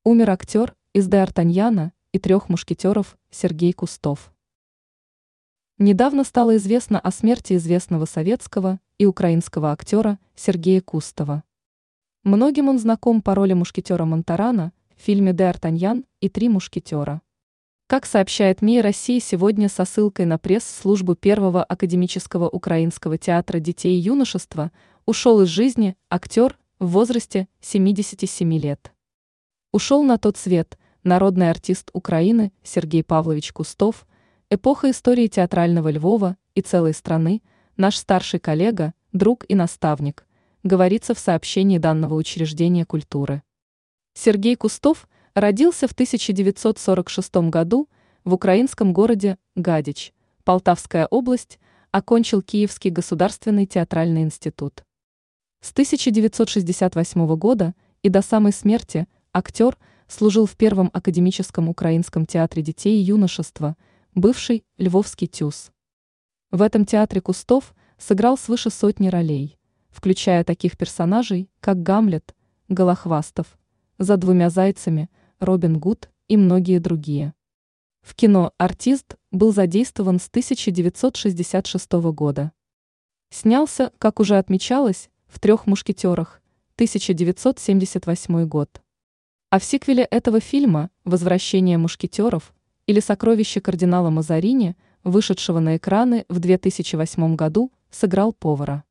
Умер актер из Д'Артаньяна и трех мушкетеров Сергей Кустов. Недавно стало известно о смерти известного советского и украинского актера Сергея Кустова. Многим он знаком по роли мушкетера Монтарана в фильме «Д'Артаньян и три мушкетера». Как сообщает МИА России сегодня со ссылкой на пресс-службу Первого академического украинского театра детей и юношества, ушел из жизни актер в возрасте 77 лет. Ушел на тот свет народный артист Украины Сергей Павлович Кустов, эпоха истории театрального Львова и целой страны, наш старший коллега, друг и наставник, говорится в сообщении данного учреждения культуры. Сергей Кустов родился в 1946 году в украинском городе Гадич, Полтавская область, окончил Киевский государственный театральный институт. С 1968 года и до самой смерти актер служил в Первом академическом украинском театре детей и юношества, бывший Львовский ТЮЗ. В этом театре Кустов сыграл свыше сотни ролей, включая таких персонажей, как Гамлет, Голохвастов, «За двумя зайцами», Робин Гуд и многие другие. В кино артист был задействован с 1966 года. Снялся, как уже отмечалось, в «Трех мушкетерах», 1978 год. А в сиквеле этого фильма «Возвращение мушкетеров» или «Сокровище кардинала Мазарини», вышедшего на экраны в 2008 году, сыграл повара.